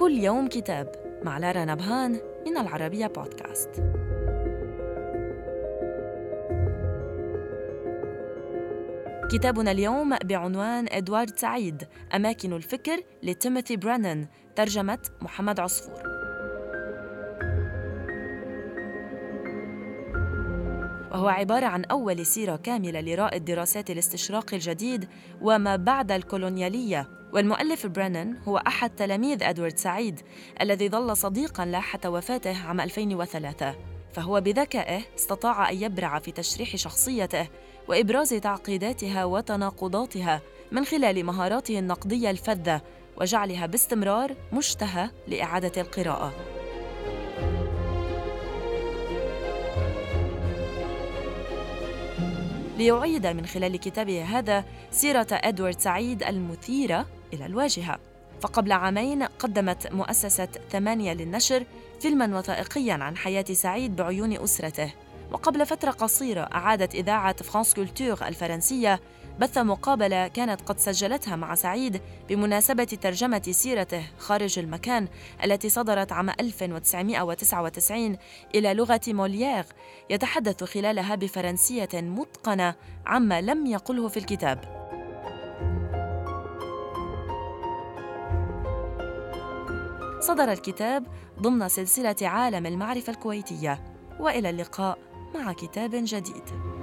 كل يوم كتاب مع لارا نبهان من العربية بودكاست. كتابنا اليوم بعنوان إدوارد سعيد، أماكن الفكر لتيموثي برانن، ترجمة محمد عصفور. وهو عبارة عن أول سيرة كاملة لرائد دراسات الاستشراق الجديد وما بعد الكولونيالية. والمؤلف برانن هو أحد تلاميذ إدوارد سعيد الذي ظل صديقاً له حتى وفاته عام 2003. فهو بذكائه استطاع أن يبرع في تشريح شخصيته وإبراز تعقيداتها وتناقضاتها من خلال مهاراته النقدية الفذة، وجعلها باستمرار مشتهى لإعادة القراءة. ليعيد من خلال كتابه هذا سيرة إدوارد سعيد المثيرة إلى الواجهة. فقبل عامين قدمت مؤسسة 8 للنشر فيلماً وثائقياً عن حياة سعيد بعيون أسرته. وقبل فترة قصيرة أعادت إذاعة فرانس كولتور الفرنسية بث مقابلة كانت قد سجلتها مع سعيد بمناسبة ترجمة سيرته خارج المكان التي صدرت عام 1999 إلى لغة موليير، يتحدث خلالها بفرنسية متقنة عما لم يقله في الكتاب. صدر الكتاب ضمن سلسلة عالم المعرفة الكويتية، وإلى اللقاء مع كتاب جديد.